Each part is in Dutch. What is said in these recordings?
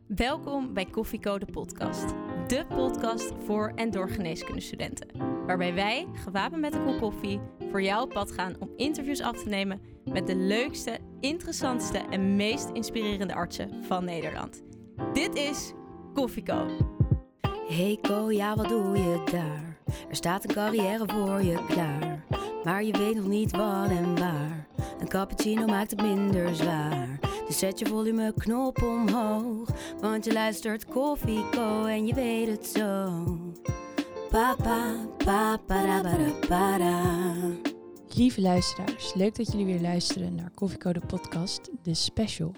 Welkom bij Koffieko de podcast. De podcast voor en door geneeskundestudenten. Waarbij wij, gewapend met een kop koffie, voor jou op pad gaan om interviews af te nemen met de leukste, interessantste en meest inspirerende artsen van Nederland. Dit is Koffieko. Hey Ko, ja wat doe je daar? Er staat een carrière voor je klaar. Maar je weet nog niet wat en waar. Een cappuccino maakt het minder zwaar. Dus zet je volumeknop omhoog. Want je luistert Koffieko en je weet het zo. Papa, papa, da, ba, da, ba, da. Lieve luisteraars, leuk dat jullie weer luisteren naar Koffieko de podcast, de special.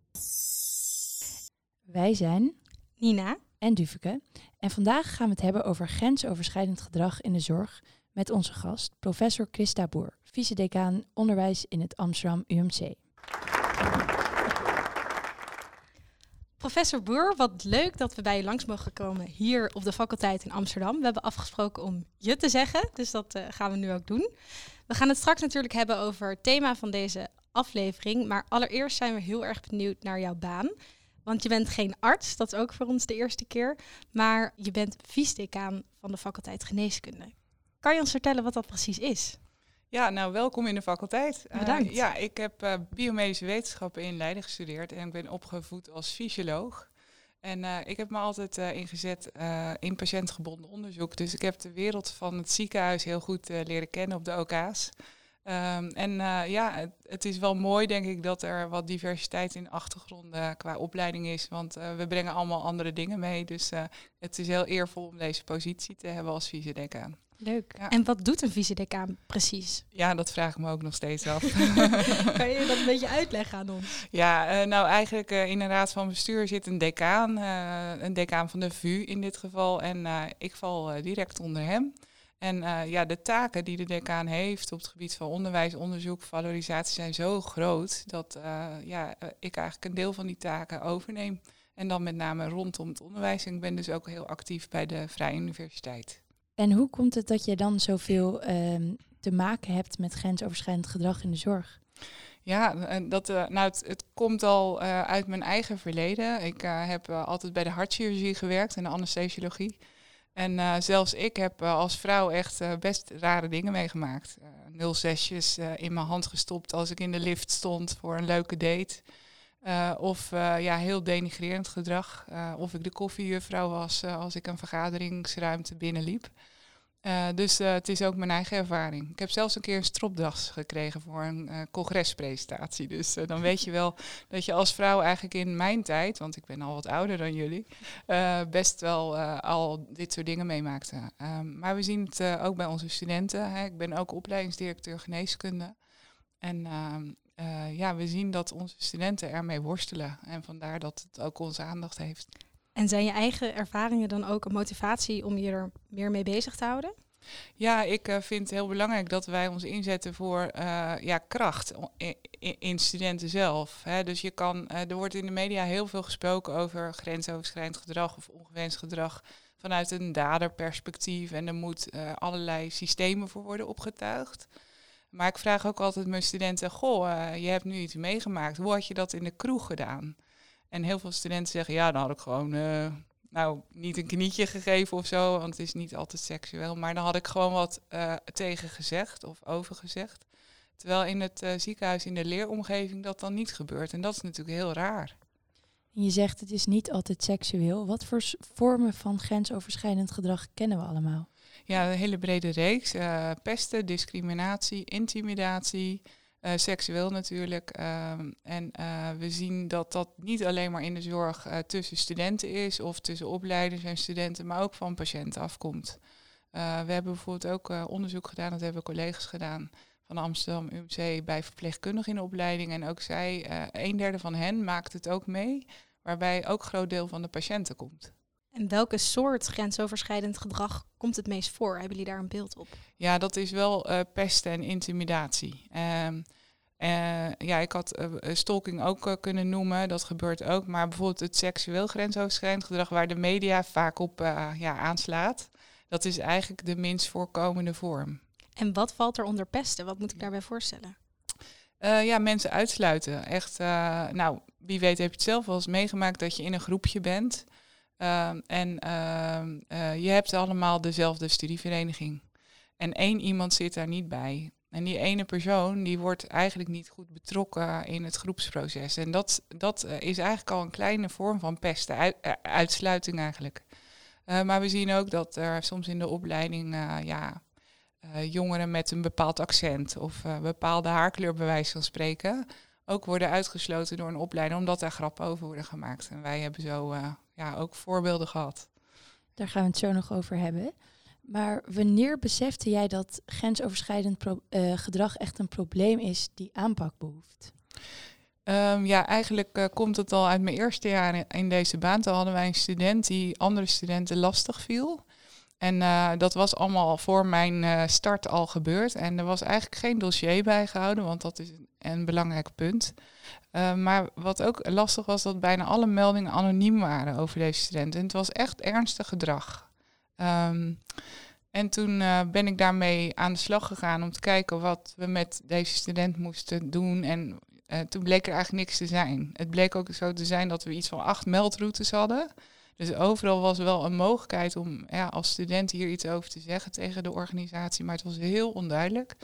Wij zijn Nina en Duveke en vandaag gaan we het hebben over grensoverschrijdend gedrag in de zorg met onze gast, professor Christa Boer, vice-decaan onderwijs in het Amsterdam UMC. Professor Boer, wat leuk dat we bij je langs mogen komen hier op de faculteit in Amsterdam. We hebben afgesproken om je te zeggen, dus dat gaan we nu ook doen. We gaan het straks natuurlijk hebben over het thema van deze aflevering, maar allereerst zijn we heel erg benieuwd naar jouw baan. Want je bent geen arts, dat is ook voor ons de eerste keer, maar je bent vice-decaan van de faculteit Geneeskunde. Kan je ons vertellen wat dat precies is? Ja, nou welkom in de faculteit. Bedankt. Ik heb biomedische wetenschappen in Leiden gestudeerd en ik ben opgevoed als fysioloog. En ik heb me altijd ingezet in patiëntgebonden onderzoek. Dus ik heb de wereld van het ziekenhuis heel goed leren kennen op de OK's. Het is wel mooi, denk ik, dat er wat diversiteit in achtergronden qua opleiding is. Want we brengen allemaal andere dingen mee. Dus het is heel eervol om deze positie te hebben als vice-decaan. Leuk. Ja. En wat doet een vice-decaan precies? Ja, dat vraag ik me ook nog steeds af. Kan je dat een beetje uitleggen aan ons? Ja, eigenlijk in een raad van bestuur zit een decaan van de VU in dit geval. En ik val direct onder hem. En de taken die de decaan heeft op het gebied van onderwijs, onderzoek, valorisatie zijn zo groot dat ik eigenlijk een deel van die taken overneem. En dan met name rondom het onderwijs. En ik ben dus ook heel actief bij de Vrije Universiteit. En hoe komt het dat je dan zoveel te maken hebt met grensoverschrijdend gedrag in de zorg? Ja, het komt al uit mijn eigen verleden. Ik heb altijd bij de hartchirurgie gewerkt en de anesthesiologie. En zelfs ik heb als vrouw echt best rare dingen meegemaakt. 06'jes in mijn hand gestopt als ik in de lift stond voor een leuke date. Heel denigrerend gedrag. Of ik de koffiejuffrouw was als ik een vergaderingsruimte binnenliep. Dus het is ook mijn eigen ervaring. Ik heb zelfs een keer een stropdas gekregen voor een congrespresentatie. Dus dan weet je wel dat je als vrouw eigenlijk in mijn tijd, want ik ben al wat ouder dan jullie, best wel al dit soort dingen meemaakte. Maar we zien het ook bij onze studenten. Hè. Ik ben ook opleidingsdirecteur geneeskunde. En we zien dat onze studenten ermee worstelen. En vandaar dat het ook onze aandacht heeft. En zijn je eigen ervaringen dan ook een motivatie om je er meer mee bezig te houden? Ja, ik vind het heel belangrijk dat wij ons inzetten voor kracht in studenten zelf. Hè. Dus er wordt in de media heel veel gesproken over grensoverschrijdend gedrag of ongewenst gedrag vanuit een daderperspectief. En er moet allerlei systemen voor worden opgetuigd. Maar ik vraag ook altijd mijn studenten, je hebt nu iets meegemaakt. Hoe had je dat in de kroeg gedaan? En heel veel studenten zeggen, ja, dan had ik gewoon niet een knietje gegeven of zo, want het is niet altijd seksueel. Maar dan had ik gewoon wat tegen gezegd of over gezegd. Terwijl in het ziekenhuis, in de leeromgeving, dat dan niet gebeurt. En dat is natuurlijk heel raar. Je zegt het is niet altijd seksueel. Wat voor vormen van grensoverschrijdend gedrag kennen we allemaal? Ja, een hele brede reeks. Pesten, discriminatie, intimidatie, seksueel natuurlijk. We zien dat dat niet alleen maar in de zorg tussen studenten is of tussen opleiders en studenten, maar ook van patiënten afkomt. We hebben bijvoorbeeld ook onderzoek gedaan, dat hebben collega's gedaan van de Amsterdam UMC bij verpleegkundigen in de opleiding. En ook zij, 1/3 van hen maakt het ook mee, waarbij ook een groot deel van de patiënten komt. En welke soort grensoverschrijdend gedrag komt het meest voor? Hebben jullie daar een beeld op? Ja, dat is wel pesten en intimidatie. Ik had stalking ook kunnen noemen, dat gebeurt ook. Maar bijvoorbeeld het seksueel grensoverschrijdend gedrag waar de media vaak op aanslaat, dat is eigenlijk de minst voorkomende vorm. En wat valt er onder pesten? Wat moet ik daarbij voorstellen? Mensen uitsluiten. Echt, wie weet heb je het zelf wel eens meegemaakt dat je in een groepje bent. Je hebt allemaal dezelfde studievereniging. En 1 iemand zit daar niet bij. En die ene persoon die wordt eigenlijk niet goed betrokken in het groepsproces. En dat is eigenlijk al een kleine vorm van pesten, uitsluiting eigenlijk. Maar we zien ook dat er soms in de opleiding jongeren met een bepaald accent of bepaalde haarkleur bij wijze van spreken ook worden uitgesloten door een opleiding omdat daar grappen over worden gemaakt. En wij hebben zo ook voorbeelden gehad. Daar gaan we het zo nog over hebben. Maar wanneer besefte jij dat grensoverschrijdend gedrag echt een probleem is die aanpak behoeft? Eigenlijk komt het al uit mijn eerste jaar in deze baan. Toen hadden wij een student die andere studenten lastig viel. En dat was allemaal voor mijn start al gebeurd. En er was eigenlijk geen dossier bijgehouden, want dat is een belangrijk punt. Maar wat ook lastig was, dat bijna alle meldingen anoniem waren over deze student. En het was echt ernstig gedrag. En toen ben ik daarmee aan de slag gegaan om te kijken wat we met deze student moesten doen. En toen bleek er eigenlijk niks te zijn. Het bleek ook zo te zijn dat we iets van 8 meldroutes hadden. Dus overal was wel een mogelijkheid om als student hier iets over te zeggen tegen de organisatie. Maar het was heel onduidelijk.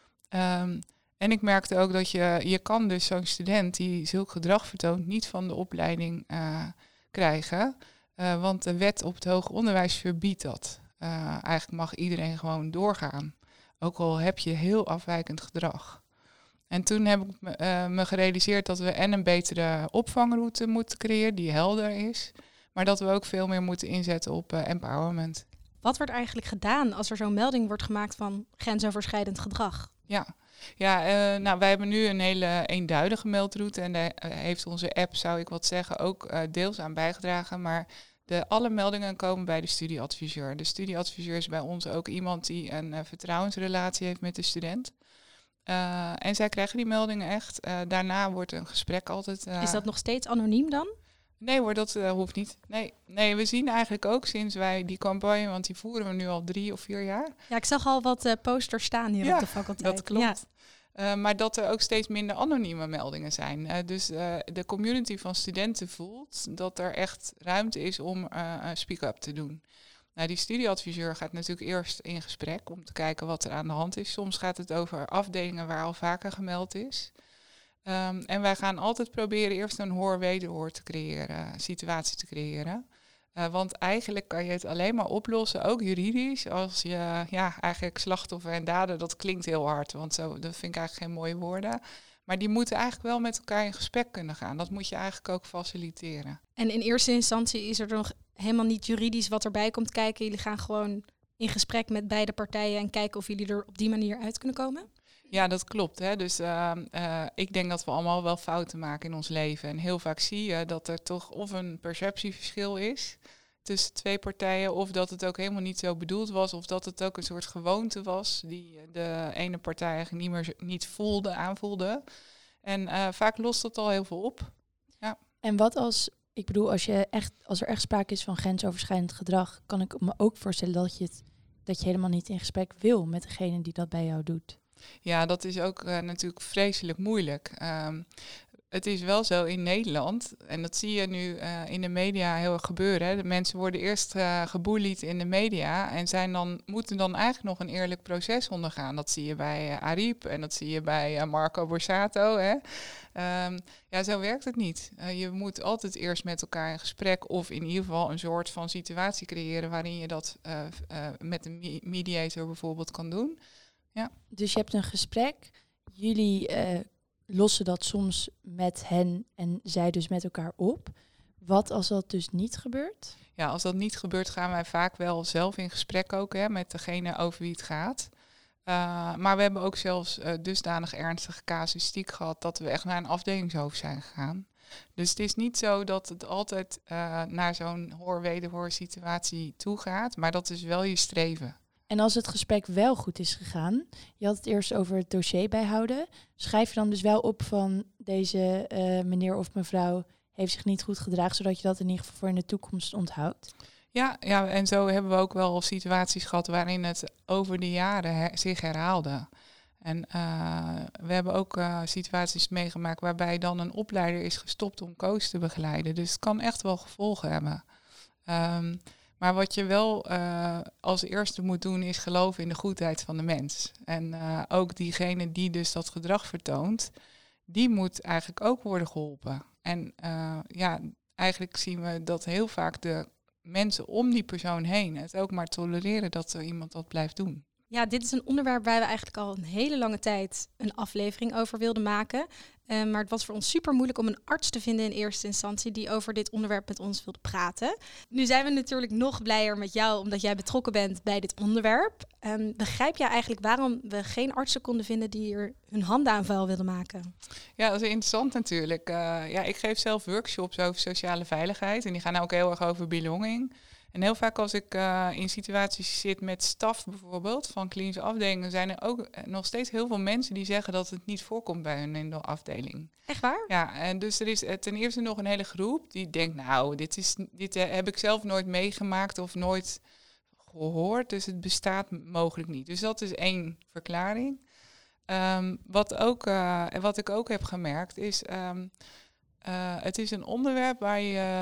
En ik merkte ook dat je kan dus zo'n student die zulk gedrag vertoont niet van de opleiding krijgen. Want de wet op het hoger onderwijs verbiedt dat. Eigenlijk mag iedereen gewoon doorgaan. Ook al heb je heel afwijkend gedrag. En toen heb ik me gerealiseerd dat we een betere opvangroute moeten creëren die helder is. Maar dat we ook veel meer moeten inzetten op empowerment. Wat wordt eigenlijk gedaan als er zo'n melding wordt gemaakt van grensoverschrijdend gedrag? Wij hebben nu een hele eenduidige meldroute. En daar heeft onze app, zou ik wat zeggen, ook deels aan bijgedragen. Maar alle meldingen komen bij de studieadviseur. De studieadviseur is bij ons ook iemand die een vertrouwensrelatie heeft met de student. En zij krijgen die meldingen echt. Daarna wordt een gesprek altijd... Is dat nog steeds anoniem dan? Nee hoor, dat hoeft niet. Nee, we zien eigenlijk ook sinds wij die campagne, want die voeren we nu al 3 of 4 jaar. Ja, ik zag al wat posters staan hier op de faculteit. Dat klopt. Ja. Maar dat er ook steeds minder anonieme meldingen zijn. Dus de community van studenten voelt dat er echt ruimte is om speak-up te doen. Nou, die studieadviseur gaat natuurlijk eerst in gesprek om te kijken wat er aan de hand is. Soms gaat het over afdelingen waar al vaker gemeld is. En wij gaan altijd proberen eerst een hoor-wederhoor te creëren, situatie te creëren. Want eigenlijk kan je het alleen maar oplossen, ook juridisch, als je eigenlijk slachtoffer en dader, dat klinkt heel hard, want dat vind ik eigenlijk geen mooie woorden. Maar die moeten eigenlijk wel met elkaar in gesprek kunnen gaan. Dat moet je eigenlijk ook faciliteren. En in eerste instantie is er nog helemaal niet juridisch wat erbij komt kijken. Jullie gaan gewoon in gesprek met beide partijen en kijken of jullie er op die manier uit kunnen komen? Ja, dat klopt. Hè. Dus ik denk dat we allemaal wel fouten maken in ons leven. En heel vaak zie je dat er toch of een perceptieverschil is tussen 2 partijen, of dat het ook helemaal niet zo bedoeld was, of dat het ook een soort gewoonte was die de ene partij eigenlijk niet aanvoelde. En vaak lost dat al heel veel op. Ja. En wat als er echt sprake is van grensoverschrijdend gedrag, kan ik me ook voorstellen dat je helemaal niet in gesprek wil met degene die dat bij jou doet. Ja, dat is ook natuurlijk vreselijk moeilijk. Het is wel zo in Nederland, en dat zie je nu in de media heel erg gebeuren. Hè. De mensen worden eerst gebullied in de media en moeten dan eigenlijk nog een eerlijk proces ondergaan. Dat zie je bij Ariep en dat zie je bij Marco Borsato. Hè. Zo werkt het niet. Je moet altijd eerst met elkaar in gesprek of in ieder geval een soort van situatie creëren waarin je dat met een mediator bijvoorbeeld kan doen. Ja. Dus je hebt een gesprek, jullie lossen dat soms met hen en zij dus met elkaar op. Wat als dat dus niet gebeurt? Ja, als dat niet gebeurt gaan wij vaak wel zelf in gesprek ook met degene over wie het gaat. Maar we hebben ook zelfs dusdanig ernstige casuïstiek gehad dat we echt naar een afdelingshoofd zijn gegaan. Dus het is niet zo dat het altijd naar zo'n hoor-wederhoor situatie toe gaat, maar dat is wel je streven. En als het gesprek wel goed is gegaan, je had het eerst over het dossier bijhouden, schrijf je dan dus wel op van deze meneer of mevrouw heeft zich niet goed gedragen, zodat je dat in ieder geval voor in de toekomst onthoudt? Ja, en zo hebben we ook wel situaties gehad waarin het over de jaren zich herhaalde. En we hebben ook situaties meegemaakt waarbij dan een opleider is gestopt om coach te begeleiden. Dus het kan echt wel gevolgen hebben. Maar wat je wel als eerste moet doen is geloven in de goedheid van de mens. En ook diegene die dus dat gedrag vertoont, die moet eigenlijk ook worden geholpen. En eigenlijk zien we dat heel vaak de mensen om die persoon heen het ook maar tolereren dat er iemand dat blijft doen. Ja, dit is een onderwerp waar we eigenlijk al een hele lange tijd een aflevering over wilden maken. Maar het was voor ons super moeilijk om een arts te vinden in eerste instantie die over dit onderwerp met ons wilde praten. Nu zijn we natuurlijk nog blijer met jou omdat jij betrokken bent bij dit onderwerp. Begrijp jij eigenlijk waarom we geen artsen konden vinden die er hun handen aan vuil wilden maken? Ja, dat is interessant natuurlijk. Ik geef zelf workshops over sociale veiligheid en die gaan ook heel erg over belonging. En heel vaak als ik in situaties zit met staf bijvoorbeeld van klinische afdelingen, zijn er ook nog steeds heel veel mensen die zeggen dat het niet voorkomt bij hun in de afdeling. Echt waar? Ja, en dus er is ten eerste nog een hele groep die denkt, nou, dit heb ik zelf nooit meegemaakt of nooit gehoord, dus het bestaat mogelijk niet. Dus dat is één verklaring. Wat ik ook heb gemerkt is, het is een onderwerp waar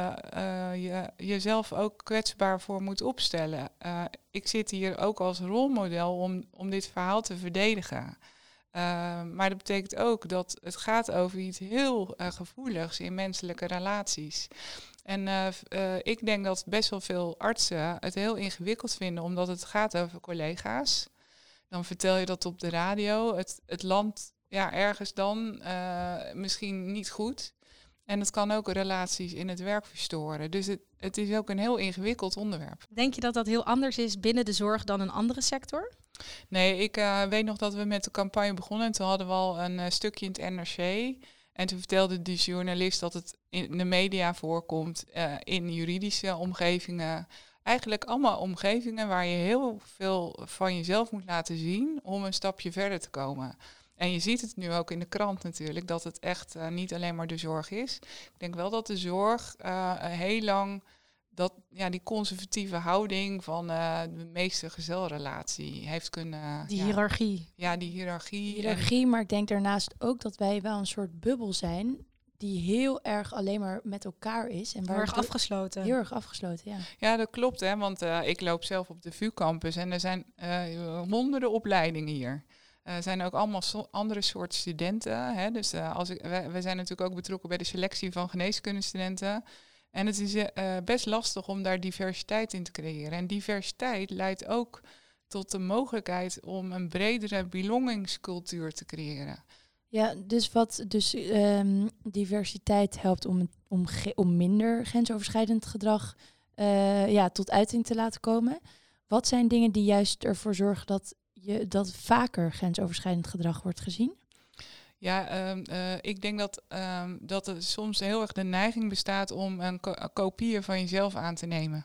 je jezelf ook kwetsbaar voor moet opstellen. Ik zit hier ook als rolmodel om dit verhaal te verdedigen. Maar dat betekent ook dat het gaat over iets heel gevoeligs in menselijke relaties. En ik denk dat best wel veel artsen het heel ingewikkeld vinden, omdat het gaat over collega's. Dan vertel je dat op de radio. Het landt ergens dan misschien niet goed. En het kan ook relaties in het werk verstoren. Dus het is ook een heel ingewikkeld onderwerp. Denk je dat dat heel anders is binnen de zorg dan een andere sector? Nee, ik weet nog dat we met de campagne begonnen. En toen hadden we al een stukje in het NRC. En toen vertelde die journalist dat het in de media voorkomt. In juridische omgevingen. Eigenlijk allemaal omgevingen waar je heel veel van jezelf moet laten zien om een stapje verder te komen. En je ziet het nu ook in de krant natuurlijk, dat het echt niet alleen maar de zorg is. Ik denk wel dat de zorg heel lang die conservatieve houding van de meester-gezelrelatie heeft kunnen... Hiërarchie. Ja, die hiërarchie. Hiërarchie, maar ik denk daarnaast ook dat wij wel een soort bubbel zijn die heel erg alleen maar met elkaar is. En Heel erg afgesloten. Heel erg afgesloten, ja. Ja, dat klopt, hè, want ik loop zelf op de VU-campus en er zijn honderden opleidingen hier. Er zijn ook allemaal andere soorten studenten. Hè? Dus we zijn natuurlijk ook betrokken bij de selectie van geneeskundestudenten. En het is best lastig om daar diversiteit in te creëren. En diversiteit leidt ook tot de mogelijkheid om een bredere belongingscultuur te creëren. Ja, dus diversiteit helpt om minder grensoverschrijdend gedrag tot uiting te laten komen. Wat zijn dingen die juist ervoor zorgen dat vaker grensoverschrijdend gedrag wordt gezien? Ja, ik denk dat er soms heel erg de neiging bestaat om een kopieën van jezelf aan te nemen.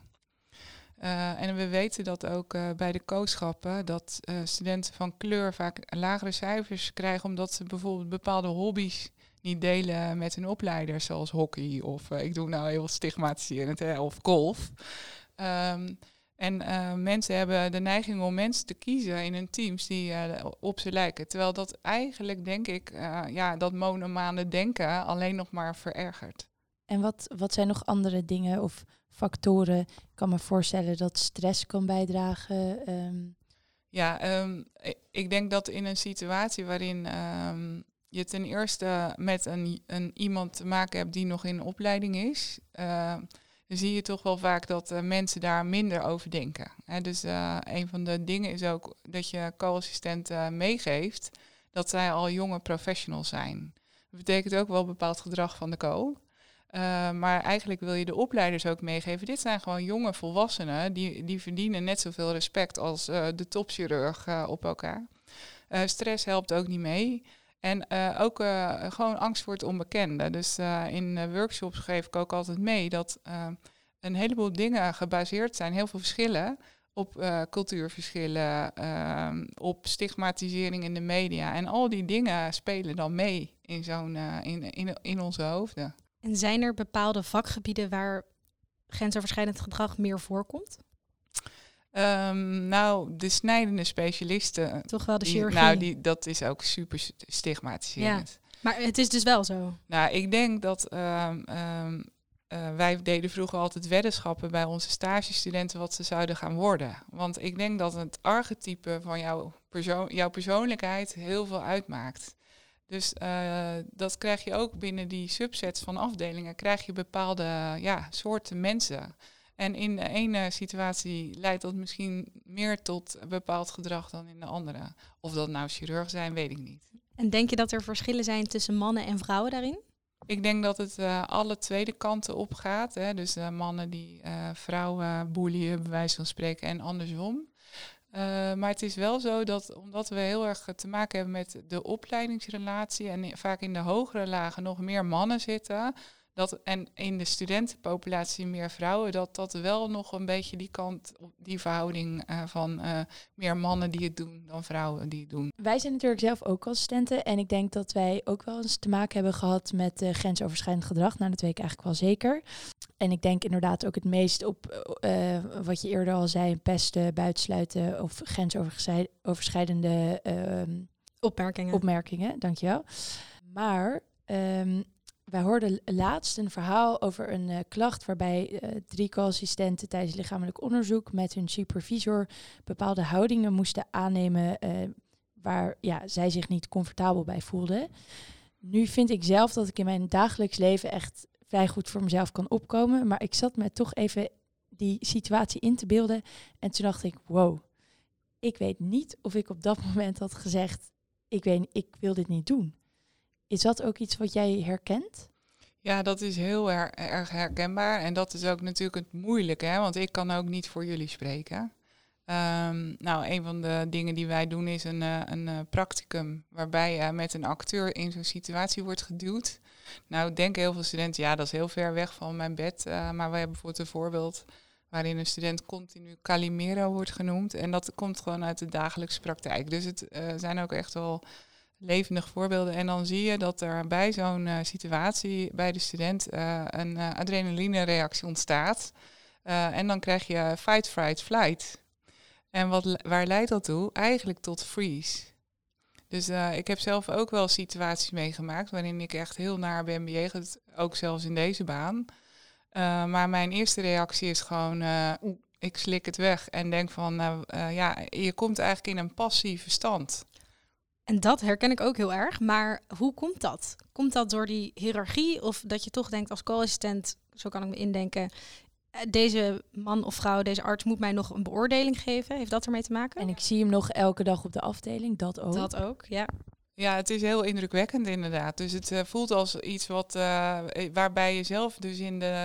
En we weten dat ook bij de coachschappen, dat studenten van kleur vaak lagere cijfers krijgen omdat ze bijvoorbeeld bepaalde hobby's niet delen met hun opleiders, zoals hockey of ik doe nou heel stigmatiserend, of golf. En mensen hebben de neiging om mensen te kiezen in hun teams die op ze lijken. Terwijl dat eigenlijk, denk ik, dat monomane denken alleen nog maar verergert. En wat zijn nog andere dingen of factoren? Ik kan me voorstellen dat stress kan bijdragen. Ik denk dat in een situatie waarin je ten eerste met een iemand te maken hebt die nog in opleiding is, dan zie je toch wel vaak dat mensen daar minder over denken. Dus een van de dingen is ook dat je co-assistenten meegeeft dat zij al jonge professionals zijn. Dat betekent ook wel bepaald gedrag van de co. Maar eigenlijk wil je de opleiders ook meegeven. Dit zijn gewoon jonge volwassenen die verdienen net zoveel respect als de topchirurg op elkaar. Stress helpt ook niet mee. En ook gewoon angst voor het onbekende. Dus in workshops geef ik ook altijd mee dat een heleboel dingen gebaseerd zijn, heel veel verschillen op cultuurverschillen, op stigmatisering in de media. En al die dingen spelen dan mee in onze hoofden. En zijn er bepaalde vakgebieden waar grensoverschrijdend gedrag meer voorkomt? De snijdende specialisten. Toch wel de chirurgie. Dat is ook super stigmatiserend. Ja. Maar het is dus wel zo. Nou, ik denk dat wij deden vroeger altijd weddenschappen bij onze stagestudenten wat ze zouden gaan worden. Want ik denk dat het archetype van jouw persoonlijkheid heel veel uitmaakt. Dus dat krijg je ook binnen die subsets van afdelingen, krijg je bepaalde soorten mensen. En in de ene situatie leidt dat misschien meer tot bepaald gedrag dan in de andere. Of dat nou chirurg zijn, weet ik niet. En denk je dat er verschillen zijn tussen mannen en vrouwen daarin? Ik denk dat het alle tweede kanten op gaat. Hè. Dus mannen die vrouwen boelien, bij wijze van spreken, en andersom. Maar het is wel zo dat, omdat we heel erg te maken hebben met de opleidingsrelatie en vaak in de hogere lagen nog meer mannen zitten, en in de studentenpopulatie meer vrouwen, dat wel nog een beetje die kant, die verhouding van meer mannen die het doen dan vrouwen die het doen. Wij zijn natuurlijk zelf ook assistenten en ik denk dat wij ook wel eens te maken hebben gehad met grensoverschrijdend gedrag. Nou, dat weet ik eigenlijk wel zeker. En ik denk inderdaad ook het meest op wat je eerder al zei, pesten, buitensluiten of grensoverschrijdende opmerkingen. Dankjewel. Maar wij hoorden laatst een verhaal over een klacht waarbij 3 co-assistenten tijdens lichamelijk onderzoek met hun supervisor bepaalde houdingen moesten aannemen waar zij zich niet comfortabel bij voelden. Nu vind ik zelf dat ik in mijn dagelijks leven echt vrij goed voor mezelf kan opkomen, maar ik zat me toch even die situatie in te beelden en toen dacht ik, wow, ik weet niet of ik op dat moment had gezegd, ik wil dit niet doen. Is dat ook iets wat jij herkent? Ja, dat is heel erg herkenbaar. En dat is ook natuurlijk het moeilijke, hè? Want ik kan ook niet voor jullie spreken. Een van de dingen die wij doen is een practicum waarbij je met een acteur in zo'n situatie wordt geduwd. Nou, denken heel veel studenten, dat is heel ver weg van mijn bed. Maar wij hebben bijvoorbeeld een voorbeeld waarin een student continu Calimero wordt genoemd. En dat komt gewoon uit de dagelijkse praktijk. Dus het zijn ook echt wel levendige voorbeelden. En dan zie je dat er bij zo'n situatie bij de student een adrenaline-reactie ontstaat. En dan krijg je fight, fright, flight. En waar leidt dat toe? Eigenlijk tot freeze. Dus ik heb zelf ook wel situaties meegemaakt waarin ik echt heel naar ben bejegend, ook zelfs in deze baan. Maar mijn eerste reactie is gewoon, ik slik het weg en denk van, je komt eigenlijk in een passieve stand. En dat herken ik ook heel erg. Maar hoe komt dat? Komt dat door die hiërarchie? Of dat je toch denkt als co-assistent, zo kan ik me indenken, deze man of vrouw, deze arts moet mij nog een beoordeling geven? Heeft dat ermee te maken? En ik zie hem nog elke dag op de afdeling, dat ook. Dat ook, ja. Ja, het is heel indrukwekkend inderdaad. Dus het voelt als iets waarbij je zelf dus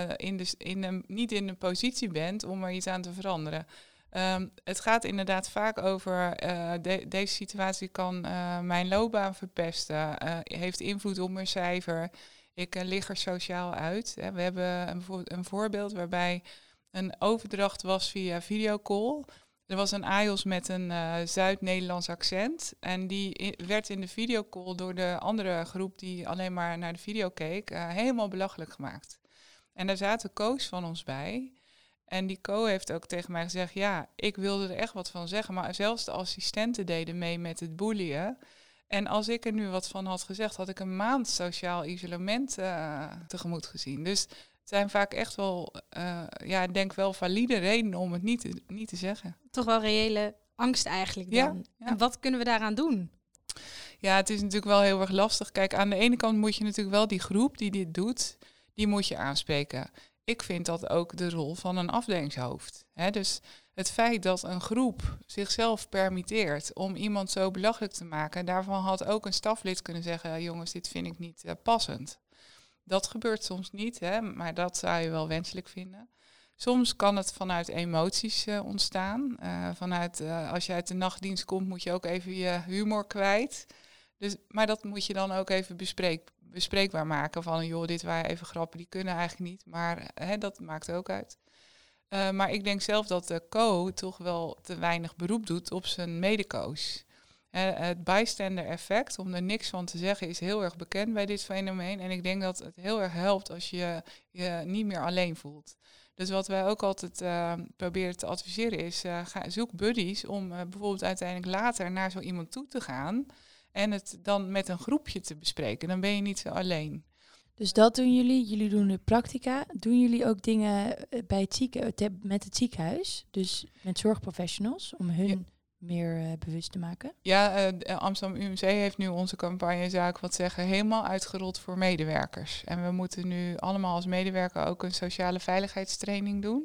niet in de positie bent om er iets aan te veranderen. Het gaat inderdaad vaak over, deze situatie kan mijn loopbaan verpesten, heeft invloed op mijn cijfer, ik lig er sociaal uit. Hè. We hebben een voorbeeld waarbij een overdracht was via videocall. Er was een AIOS met een Zuid-Nederlands accent en die werd in de videocall door de andere groep die alleen maar naar de video keek, helemaal belachelijk gemaakt. En daar zaten co's van ons bij. En die co heeft ook tegen mij gezegd, ik wilde er echt wat van zeggen, maar zelfs de assistenten deden mee met het boelien. En als ik er nu wat van had gezegd, had ik een maand sociaal isolement tegemoet gezien. Dus het zijn vaak echt wel, ik denk wel valide redenen om het niet te zeggen. Toch wel reële angst eigenlijk dan. Ja. En wat kunnen we daaraan doen? Ja, het is natuurlijk wel heel erg lastig. Kijk, aan de ene kant moet je natuurlijk wel die groep die dit doet, die moet je aanspreken. Ik vind dat ook de rol van een afdelingshoofd. Hè? Dus het feit dat een groep zichzelf permitteert om iemand zo belachelijk te maken, daarvan had ook een staflid kunnen zeggen, jongens, dit vind ik niet passend. Dat gebeurt soms niet, hè? Maar dat zou je wel wenselijk vinden. Soms kan het vanuit emoties ontstaan. Als je uit de nachtdienst komt, moet je ook even je humor kwijt. Maar dat moet je dan ook even bespreekbaar maken. Van, joh, dit waren even grappen, die kunnen eigenlijk niet. Maar dat maakt ook uit. Maar ik denk zelf dat de co toch wel te weinig beroep doet op zijn medeco's. Het bystander effect, om er niks van te zeggen, is heel erg bekend bij dit fenomeen. En ik denk dat het heel erg helpt als je je niet meer alleen voelt. Dus wat wij ook altijd proberen te adviseren is, zoek buddies om bijvoorbeeld uiteindelijk later naar zo iemand toe te gaan en het dan met een groepje te bespreken. Dan ben je niet zo alleen. Dus dat doen jullie. Jullie doen de practica. Doen jullie ook dingen bij met het ziekenhuis? Dus met zorgprofessionals, om hun meer bewust te maken? Ja, Amsterdam UMC heeft nu onze campagne, zou ik wat zeggen, helemaal uitgerold voor medewerkers. En we moeten nu allemaal als medewerker ook een sociale veiligheidstraining doen.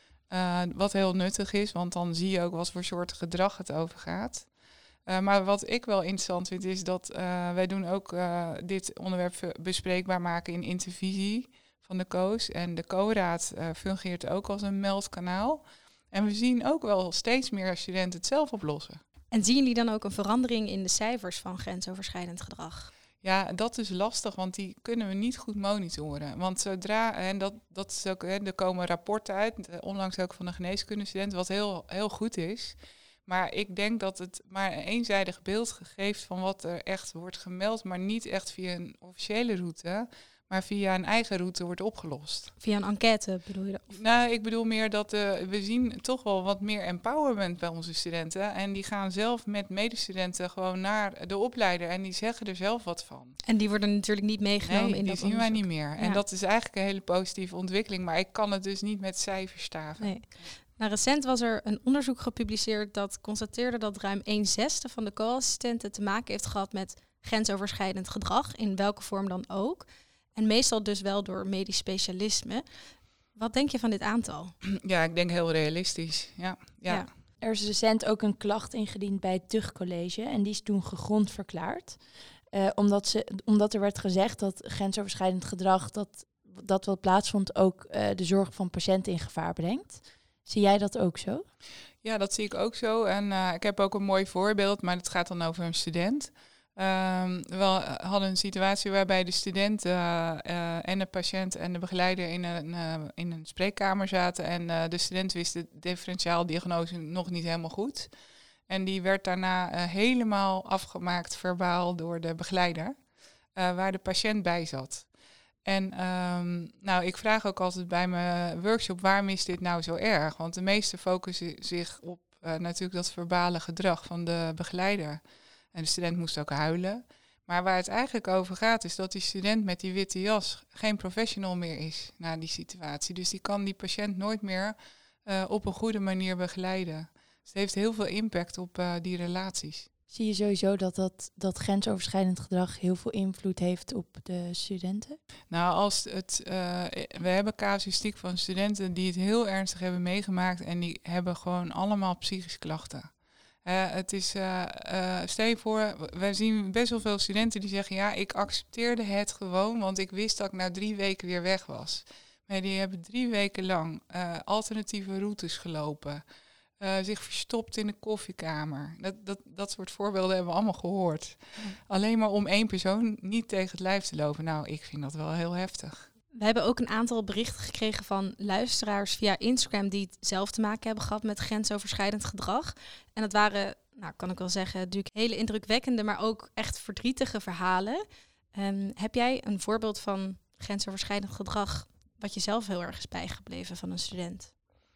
Wat heel nuttig is, want dan zie je ook wat voor soort gedrag het over gaat. Maar wat ik wel interessant vind is dat wij doen ook dit onderwerp bespreekbaar maken in intervisie van de CO's. En de CO-raad fungeert ook als een meldkanaal. En we zien ook wel steeds meer studenten het zelf oplossen. En zien jullie dan ook een verandering in de cijfers van grensoverschrijdend gedrag? Ja, dat is lastig, want die kunnen we niet goed monitoren. Want zodra, en dat is ook, er komen rapporten uit, onlangs ook van de geneeskundestudent, wat heel, heel goed is. Maar ik denk dat het maar een eenzijdig beeld geeft van wat er echt wordt gemeld, maar niet echt via een officiële route, maar via een eigen route wordt opgelost. Via een enquête bedoel je dat? Nou, ik bedoel meer dat we zien toch wel wat meer empowerment bij onze studenten. En die gaan zelf met medestudenten gewoon naar de opleider en die zeggen er zelf wat van. En die worden natuurlijk niet meegenomen in dat die zien wij niet meer. Ja. En dat is eigenlijk een hele positieve ontwikkeling, maar ik kan het dus niet met cijfers staven. Nee. Nou, recent was er een onderzoek gepubliceerd dat constateerde dat ruim 1/6 van de co-assistenten te maken heeft gehad met grensoverschrijdend gedrag, in welke vorm dan ook. En meestal dus wel door medisch specialisme. Wat denk je van dit aantal? Ja, ik denk heel realistisch. Ja. Er is recent ook een klacht ingediend bij het TUG College en die is toen gegrond verklaard. Omdat er werd gezegd dat grensoverschrijdend gedrag dat wat plaatsvond ook de zorg van patiënten in gevaar brengt. Zie jij dat ook zo? Ja, dat zie ik ook zo. En ik heb ook een mooi voorbeeld, maar het gaat dan over een student. We hadden een situatie waarbij de student en de patiënt en de begeleider in een spreekkamer zaten. En de student wist de differentiaaldiagnose nog niet helemaal goed. En die werd daarna helemaal afgemaakt verbaal door de begeleider, waar de patiënt bij zat. En ik vraag ook altijd bij mijn workshop, waarom is dit nou zo erg? Want de meesten focussen zich op natuurlijk dat verbale gedrag van de begeleider. En de student moest ook huilen. Maar waar het eigenlijk over gaat, is dat die student met die witte jas geen professional meer is na die situatie. Dus die kan die patiënt nooit meer op een goede manier begeleiden. Dus het heeft heel veel impact op die relaties. Zie je sowieso dat grensoverschrijdend gedrag heel veel invloed heeft op de studenten? Nou, we hebben casuïstiek van studenten die het heel ernstig hebben meegemaakt en die hebben gewoon allemaal psychische klachten. Stel je voor, wij zien best wel veel studenten die zeggen, ja, ik accepteerde het gewoon, want ik wist dat ik na 3 weken weer weg was. Maar die hebben 3 weken lang alternatieve routes gelopen. Zich verstopt in de koffiekamer. Dat soort voorbeelden hebben we allemaal gehoord. Alleen maar om 1 persoon niet tegen het lijf te lopen. Nou, ik vind dat wel heel heftig. We hebben ook een aantal berichten gekregen van luisteraars via Instagram die het zelf te maken hebben gehad met grensoverschrijdend gedrag. En dat waren, kan ik wel zeggen, natuurlijk hele indrukwekkende, maar ook echt verdrietige verhalen. Heb jij een voorbeeld van grensoverschrijdend gedrag wat je zelf heel erg is bijgebleven van een student?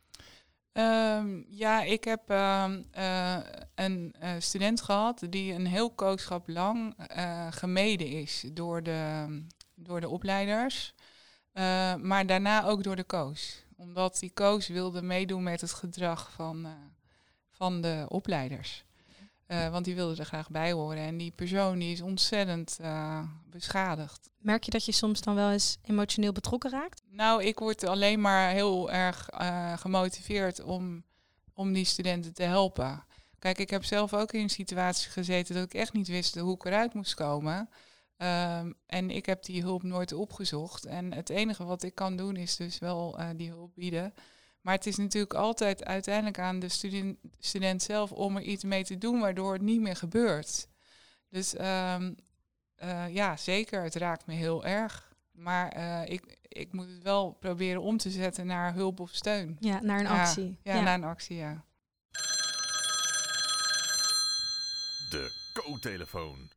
Ik heb een student gehad die een heel kooschap lang gemeden is door de opleiders. Maar daarna ook door de coach. Omdat die coach wilde meedoen met het gedrag van de opleiders. Want die wilde er graag bij horen. En die persoon die is ontzettend beschadigd. Merk je dat je soms dan wel eens emotioneel betrokken raakt? Nou, ik word alleen maar heel erg gemotiveerd om die studenten te helpen. Kijk, ik heb zelf ook in een situatie gezeten dat ik echt niet wist hoe ik eruit moest komen. En ik heb die hulp nooit opgezocht. En het enige wat ik kan doen is dus wel die hulp bieden. Maar het is natuurlijk altijd uiteindelijk aan de student zelf om er iets mee te doen waardoor het niet meer gebeurt. Dus zeker, het raakt me heel erg. Maar ik moet het wel proberen om te zetten naar hulp of steun. Ja, naar een actie. Ja, naar een actie, ja. De co-telefoon.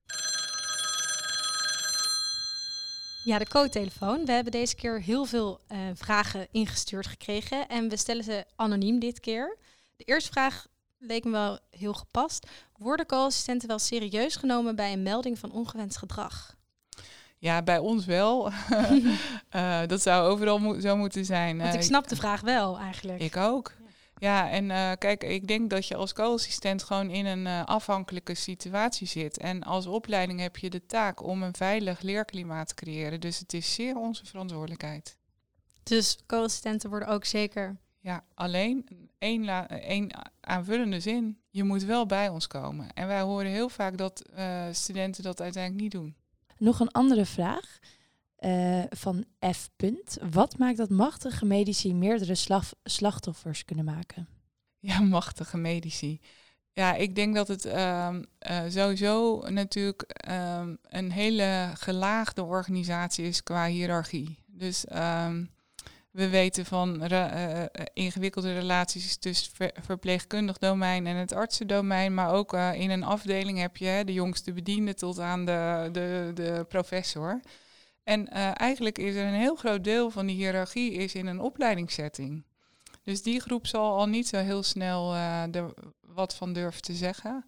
Ja, de co-telefoon. We hebben deze keer heel veel vragen ingestuurd gekregen en we stellen ze anoniem dit keer. De eerste vraag leek me wel heel gepast. Worden co-assistenten wel serieus genomen bij een melding van ongewenst gedrag? Ja, bij ons wel. Dat zou overal zo moeten zijn. Want ik snap de vraag wel eigenlijk. Ik ook. Ja, en kijk, ik denk dat je als co-assistent gewoon in een afhankelijke situatie zit. En als opleiding heb je de taak om een veilig leerklimaat te creëren. Dus het is zeer onze verantwoordelijkheid. Dus co-assistenten worden ook zeker... Ja, alleen één aanvullende zin. Je moet wel bij ons komen. En wij horen heel vaak dat studenten dat uiteindelijk niet doen. Nog een andere vraag van F. Wat maakt dat machtige medici meerdere slachtoffers kunnen maken? Ja, machtige medici. Ja, ik denk dat het sowieso natuurlijk een hele gelaagde organisatie is qua hiërarchie. Dus we weten van ingewikkelde relaties tussen verpleegkundig domein en het artsendomein. Maar ook in een afdeling heb je de jongste bediende tot aan de professor. En eigenlijk is er een heel groot deel van die hiërarchie is in een opleidingssetting. Dus die groep zal al niet zo heel snel er wat van durven te zeggen.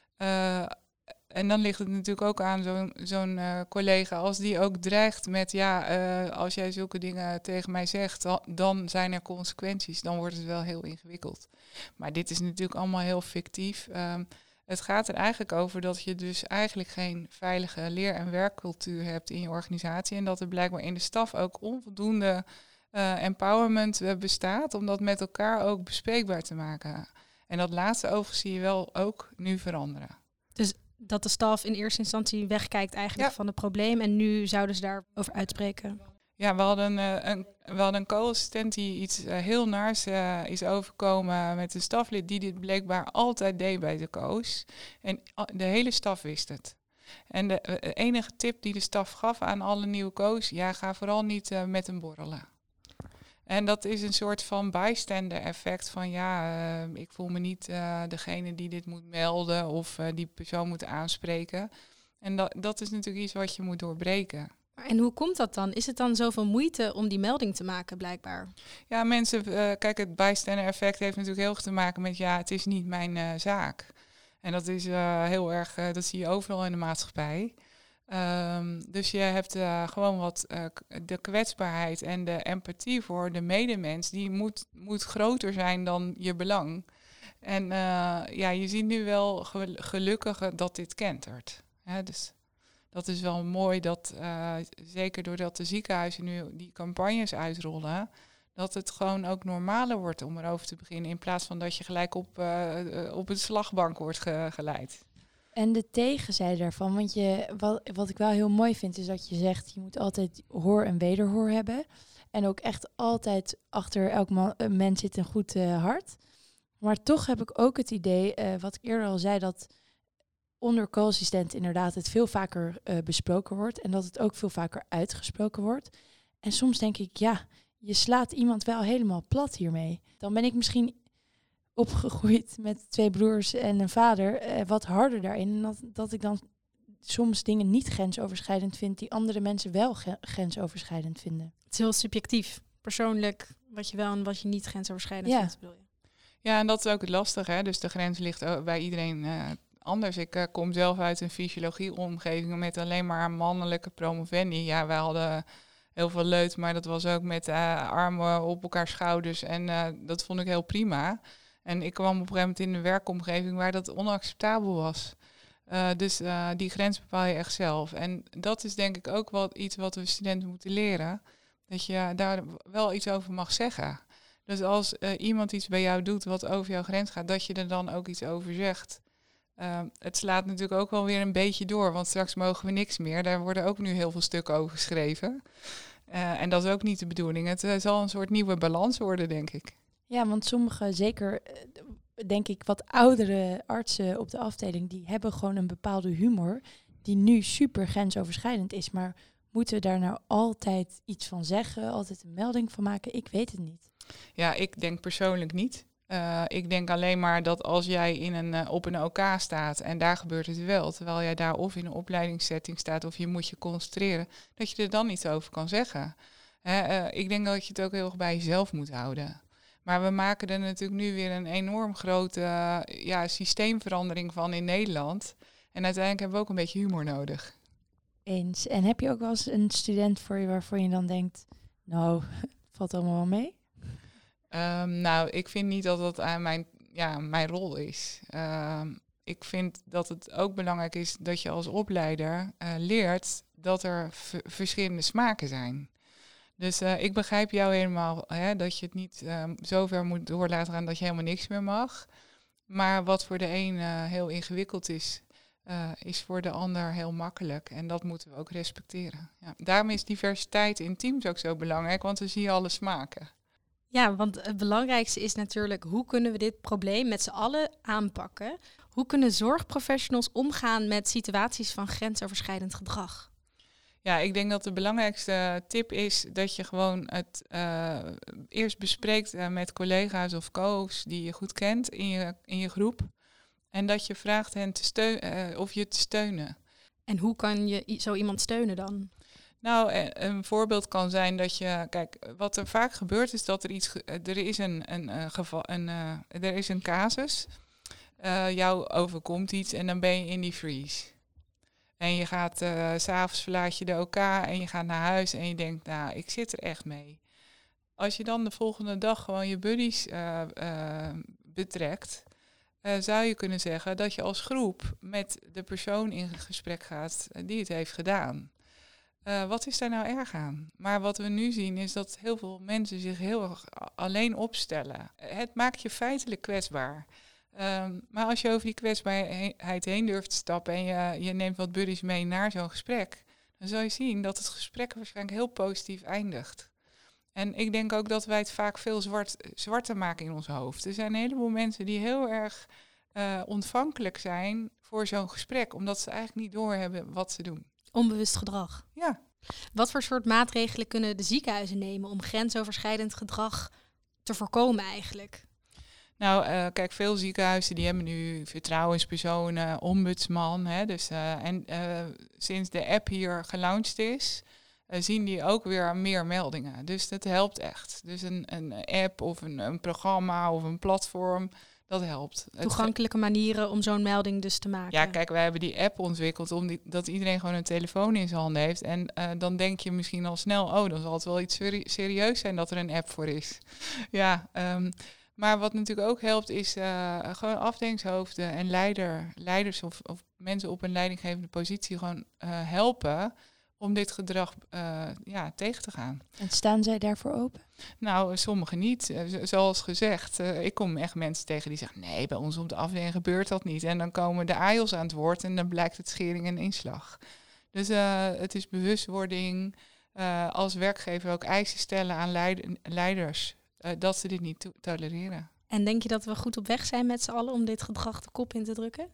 En dan ligt het natuurlijk ook aan zo'n collega, als die ook dreigt met, als jij zulke dingen tegen mij zegt, dan zijn er consequenties. Dan wordt het wel heel ingewikkeld. Maar dit is natuurlijk allemaal heel fictief. Het gaat er eigenlijk over dat je dus eigenlijk geen veilige leer- en werkcultuur hebt in je organisatie. En dat er blijkbaar in de staf ook onvoldoende empowerment bestaat om dat met elkaar ook bespreekbaar te maken. En dat laatste overigens zie je wel ook nu veranderen. Dus dat de staf in eerste instantie wegkijkt eigenlijk van het probleem en nu zouden ze daarover uitspreken. Ja, we hadden een co-assistent die iets heel naars is overkomen met een staflid die dit blijkbaar altijd deed bij de co's. En de hele staf wist het. En de enige tip die de staf gaf aan alle nieuwe co's, ga vooral niet met hem borrelen. En dat is een soort van bystander effect van ik voel me niet degene die dit moet melden of die persoon moet aanspreken. En dat is natuurlijk iets wat je moet doorbreken. En hoe komt dat dan? Is het dan zoveel moeite om die melding te maken blijkbaar? Ja, mensen, kijk, het bystander effect heeft natuurlijk heel erg te maken met het is niet mijn zaak. En dat is heel erg, dat zie je overal in de maatschappij. Dus je hebt gewoon wat de kwetsbaarheid en de empathie voor de medemens, die moet groter zijn dan je belang. En je ziet nu wel gelukkig dat dit kentert. Dus dat is wel mooi dat, zeker doordat de ziekenhuizen nu die campagnes uitrollen, dat het gewoon ook normaler wordt om erover te beginnen, in plaats van dat je gelijk op een slagbank wordt geleid. En de tegenzijde daarvan, want wat ik wel heel mooi vind, is dat je zegt, je moet altijd hoor en wederhoor hebben. En ook echt altijd achter elk mens zit een goed hart. Maar toch heb ik ook het idee, wat ik eerder al zei, dat onder co-assistent inderdaad het veel vaker besproken wordt. En dat het ook veel vaker uitgesproken wordt. En soms denk ik, je slaat iemand wel helemaal plat hiermee. Dan ben ik misschien opgegroeid met 2 broers en een vader, wat harder daarin. En dat ik dan soms dingen niet grensoverschrijdend vind die andere mensen wel grensoverschrijdend vinden. Het is heel subjectief, persoonlijk, wat je wel en wat je niet grensoverschrijdend vindt, bedoel je? Ja, en dat is ook het lastige, hè? Dus de grens ligt bij iedereen anders. Ik kom zelf uit een fysiologie-omgeving met alleen maar mannelijke promovendi. Ja, wij hadden heel veel leut, maar dat was ook met armen op elkaar schouders. En dat vond ik heel prima. En ik kwam op een gegeven moment in een werkomgeving waar dat onacceptabel was. Dus die grens bepaal je echt zelf. En dat is denk ik ook wel iets wat we studenten moeten leren. Dat je daar wel iets over mag zeggen. Dus als iemand iets bij jou doet wat over jouw grens gaat, dat je er dan ook iets over zegt. Het slaat natuurlijk ook wel weer een beetje door, want straks mogen we niks meer. Daar worden ook nu heel veel stukken over geschreven. En dat is ook niet de bedoeling. Het zal een soort nieuwe balans worden, denk ik. Ja, want sommige, zeker denk ik wat oudere artsen op de afdeling, die hebben gewoon een bepaalde humor die nu super grensoverschrijdend is. Maar moeten we daar nou altijd iets van zeggen, altijd een melding van maken? Ik weet het niet. Ja, ik denk persoonlijk niet. Ik denk alleen maar dat als jij op een OK staat en daar gebeurt het wel, terwijl jij daar of in een opleidingssetting staat of je moet je concentreren, dat je er dan iets over kan zeggen. Ik denk dat je het ook heel erg bij jezelf moet houden. Maar we maken er natuurlijk nu weer een enorm grote systeemverandering van in Nederland. En uiteindelijk hebben we ook een beetje humor nodig. Eens. En heb je ook wel eens een student voor je waarvan je dan denkt, nou, valt allemaal wel mee? Ik vind niet dat dat aan mijn rol is. Ik vind dat het ook belangrijk is dat je als opleider leert dat er verschillende smaken zijn. Dus ik begrijp jou helemaal, dat je het niet zo ver moet door laten gaan dat je helemaal niks meer mag. Maar wat voor de een heel ingewikkeld is voor de ander heel makkelijk. En dat moeten we ook respecteren. Ja. Daarom is diversiteit in teams ook zo belangrijk, want dan zie je alle smaken. Ja, want het belangrijkste is natuurlijk, hoe kunnen we dit probleem met z'n allen aanpakken? Hoe kunnen zorgprofessionals omgaan met situaties van grensoverschrijdend gedrag? Ja, ik denk dat de belangrijkste tip is dat je gewoon het eerst bespreekt met collega's of co's die je goed kent in je groep. En dat je vraagt hen of je te steunen. En hoe kan je zo iemand steunen dan? Nou, een voorbeeld kan zijn dat je, kijk, wat er vaak gebeurt is dat er is een casus, jou overkomt iets en dan ben je in die freeze. En je gaat, 's avonds verlaat je de OK en je gaat naar huis en je denkt, nou, ik zit er echt mee. Als je dan de volgende dag gewoon je buddies betrekt, zou je kunnen zeggen dat je als groep met de persoon in gesprek gaat die het heeft gedaan. Wat is daar nou erg aan? Maar wat we nu zien is dat heel veel mensen zich heel erg alleen opstellen. Het maakt je feitelijk kwetsbaar. Maar als je over die kwetsbaarheid heen durft te stappen en je neemt wat buddies mee naar zo'n gesprek, dan zal je zien dat het gesprek waarschijnlijk heel positief eindigt. En ik denk ook dat wij het vaak veel zwarter maken in ons hoofd. Er zijn een heleboel mensen die heel erg ontvankelijk zijn voor zo'n gesprek, omdat ze eigenlijk niet doorhebben wat ze doen. Onbewust gedrag. Ja. Wat voor soort maatregelen kunnen de ziekenhuizen nemen om grensoverschrijdend gedrag te voorkomen eigenlijk? Nou, kijk, veel ziekenhuizen die hebben nu vertrouwenspersonen, ombudsman. Sinds de app hier gelaunched is, zien die ook weer meer meldingen. Dus dat helpt echt. Dus een app of een programma of een platform, dat helpt. Toegankelijke manieren om zo'n melding dus te maken. Ja, kijk, wij hebben die app ontwikkeld dat iedereen gewoon een telefoon in zijn handen heeft. En dan denk je misschien al snel, dan zal het wel iets serieus zijn dat er een app voor is. Ja, maar wat natuurlijk ook helpt is gewoon afdelingshoofden en leiders of mensen op een leidinggevende positie gewoon helpen om dit gedrag tegen te gaan. En staan zij daarvoor open? Nou, sommigen niet. Zoals gezegd, ik kom echt mensen tegen die zeggen, nee, bij ons op de afdeling gebeurt dat niet. En dan komen de AIOS aan het woord en dan blijkt het schering en inslag. Dus het is bewustwording, als werkgever ook eisen stellen aan leiders, dat ze dit niet tolereren. En denk je dat we goed op weg zijn met z'n allen om dit gedrag de kop in te drukken?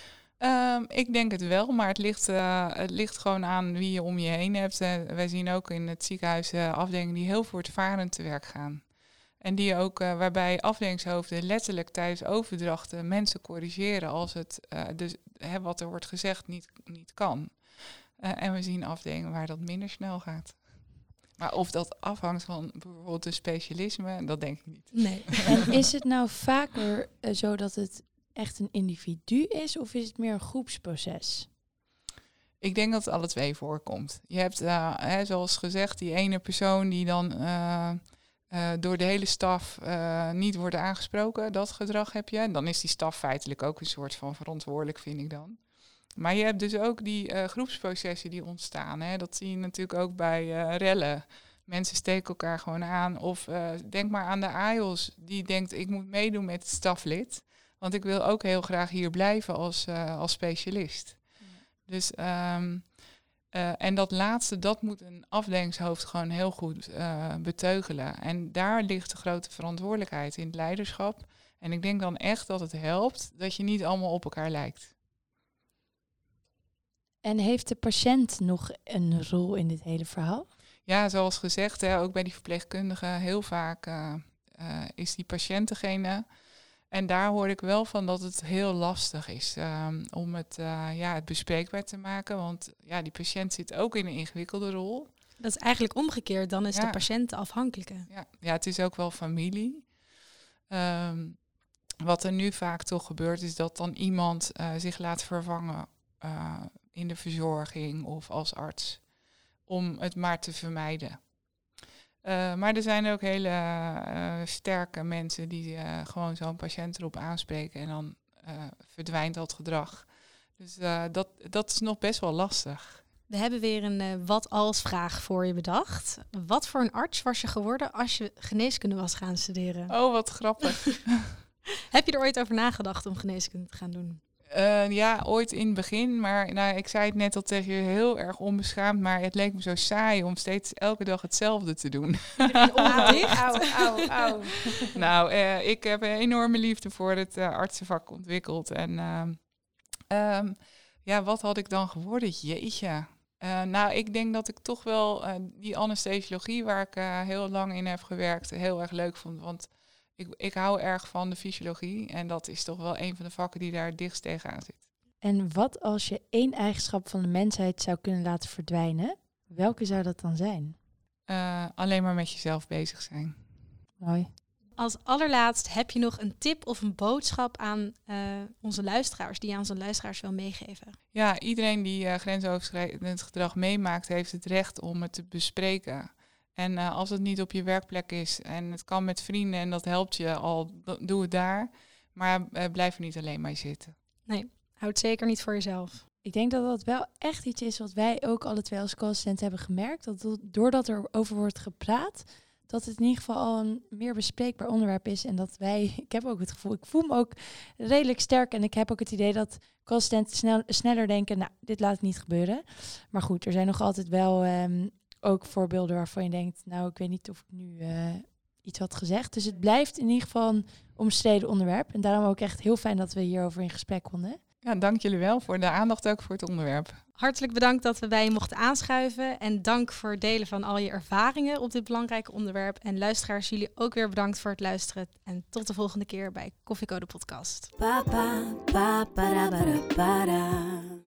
Ik denk het wel, maar het ligt gewoon aan wie je om je heen hebt. Wij zien ook in het ziekenhuis afdelingen die heel voortvarend te werk gaan. En die ook, waarbij afdelingshoofden letterlijk tijdens overdrachten mensen corrigeren als het wat er wordt gezegd niet kan. En we zien afdelingen waar dat minder snel gaat. Maar of dat afhangt van bijvoorbeeld een specialisme, dat denk ik niet. Nee. En is het nou vaker zo dat het echt een individu is of is het meer een groepsproces? Ik denk dat het alle twee voorkomt. Je hebt, zoals gezegd, die ene persoon die dan door de hele staf niet wordt aangesproken. Dat gedrag heb je. En dan is die staf feitelijk ook een soort van verantwoordelijk, vind ik dan. Maar je hebt dus ook die groepsprocessen die ontstaan. Hè. Dat zie je natuurlijk ook bij rellen. Mensen steken elkaar gewoon aan. Of denk maar aan de AIOS. Die denkt, ik moet meedoen met het staflid. Want ik wil ook heel graag hier blijven als specialist. Ja. Dus, en dat laatste, dat moet een afdelingshoofd gewoon heel goed beteugelen. En daar ligt de grote verantwoordelijkheid in het leiderschap. En ik denk dan echt dat het helpt dat je niet allemaal op elkaar lijkt. En heeft de patiënt nog een rol in dit hele verhaal? Ja, zoals gezegd, ook bij die verpleegkundigen heel vaak is die patiënt degene. En daar hoor ik wel van dat het heel lastig is om het bespreekbaar te maken. Want ja, die patiënt zit ook in een ingewikkelde rol. Dat is eigenlijk omgekeerd. Dan is Ja. de patiënt de afhankelijke. Ja, het is ook wel familie. Wat er nu vaak toch gebeurt, is dat dan iemand zich laat vervangen in de verzorging of als arts. Om het maar te vermijden. Maar er zijn ook hele sterke mensen die gewoon zo'n patiënt erop aanspreken en dan verdwijnt dat gedrag. Dus dat is nog best wel lastig. We hebben weer een wat-als-vraag voor je bedacht. Wat voor een arts was je geworden als je geneeskunde was gaan studeren? Oh, wat grappig. Heb je er ooit over nagedacht om geneeskunde te gaan doen? Ja, ooit in het begin. Maar ik zei het net al tegen je, heel erg onbeschaamd. Maar het leek me zo saai om steeds elke dag hetzelfde te doen. Auw. Nou, ik heb een enorme liefde voor het artsenvak ontwikkeld. En wat had ik dan geworden? Jeetje. Ik denk dat ik toch wel die anesthesiologie, waar ik heel lang in heb gewerkt, heel erg leuk vond. Want ik hou erg van de fysiologie. En dat is toch wel een van de vakken die daar het dichtst tegenaan zit. En wat als je 1 eigenschap van de mensheid zou kunnen laten verdwijnen? Welke zou dat dan zijn? Alleen maar met jezelf bezig zijn. Mooi. Als allerlaatst, heb je nog een tip of een boodschap aan onze luisteraars, die je aan onze luisteraars wil meegeven? Ja, iedereen die grensoverschrijdend gedrag meemaakt, heeft het recht om het te bespreken. En als het niet op je werkplek is en het kan met vrienden en dat helpt je al, doe het daar. Maar blijf er niet alleen maar zitten. Nee, houd zeker niet voor jezelf. Ik denk dat dat wel echt iets is wat wij ook alle twee als co-assistent hebben gemerkt. Dat doordat er over wordt gepraat, dat het in ieder geval al een meer bespreekbaar onderwerp is. En dat ik heb ook het gevoel, ik voel me ook redelijk sterk. En ik heb ook het idee dat co-assistenten sneller denken, nou, dit laat niet gebeuren. Maar goed, er zijn nog altijd wel ook voorbeelden waarvan je denkt, nou, ik weet niet of ik nu iets had gezegd. Dus het blijft in ieder geval een omstreden onderwerp. En daarom ook echt heel fijn dat we hierover in gesprek konden. Ja, dank jullie wel voor de aandacht ook voor het onderwerp. Hartelijk bedankt dat we bij je mochten aanschuiven. En dank voor het delen van al je ervaringen op dit belangrijke onderwerp. En luisteraars, jullie ook weer bedankt voor het luisteren. En tot de volgende keer bij Koffie Co de podcast. Pa, pa, pa, para, para, para.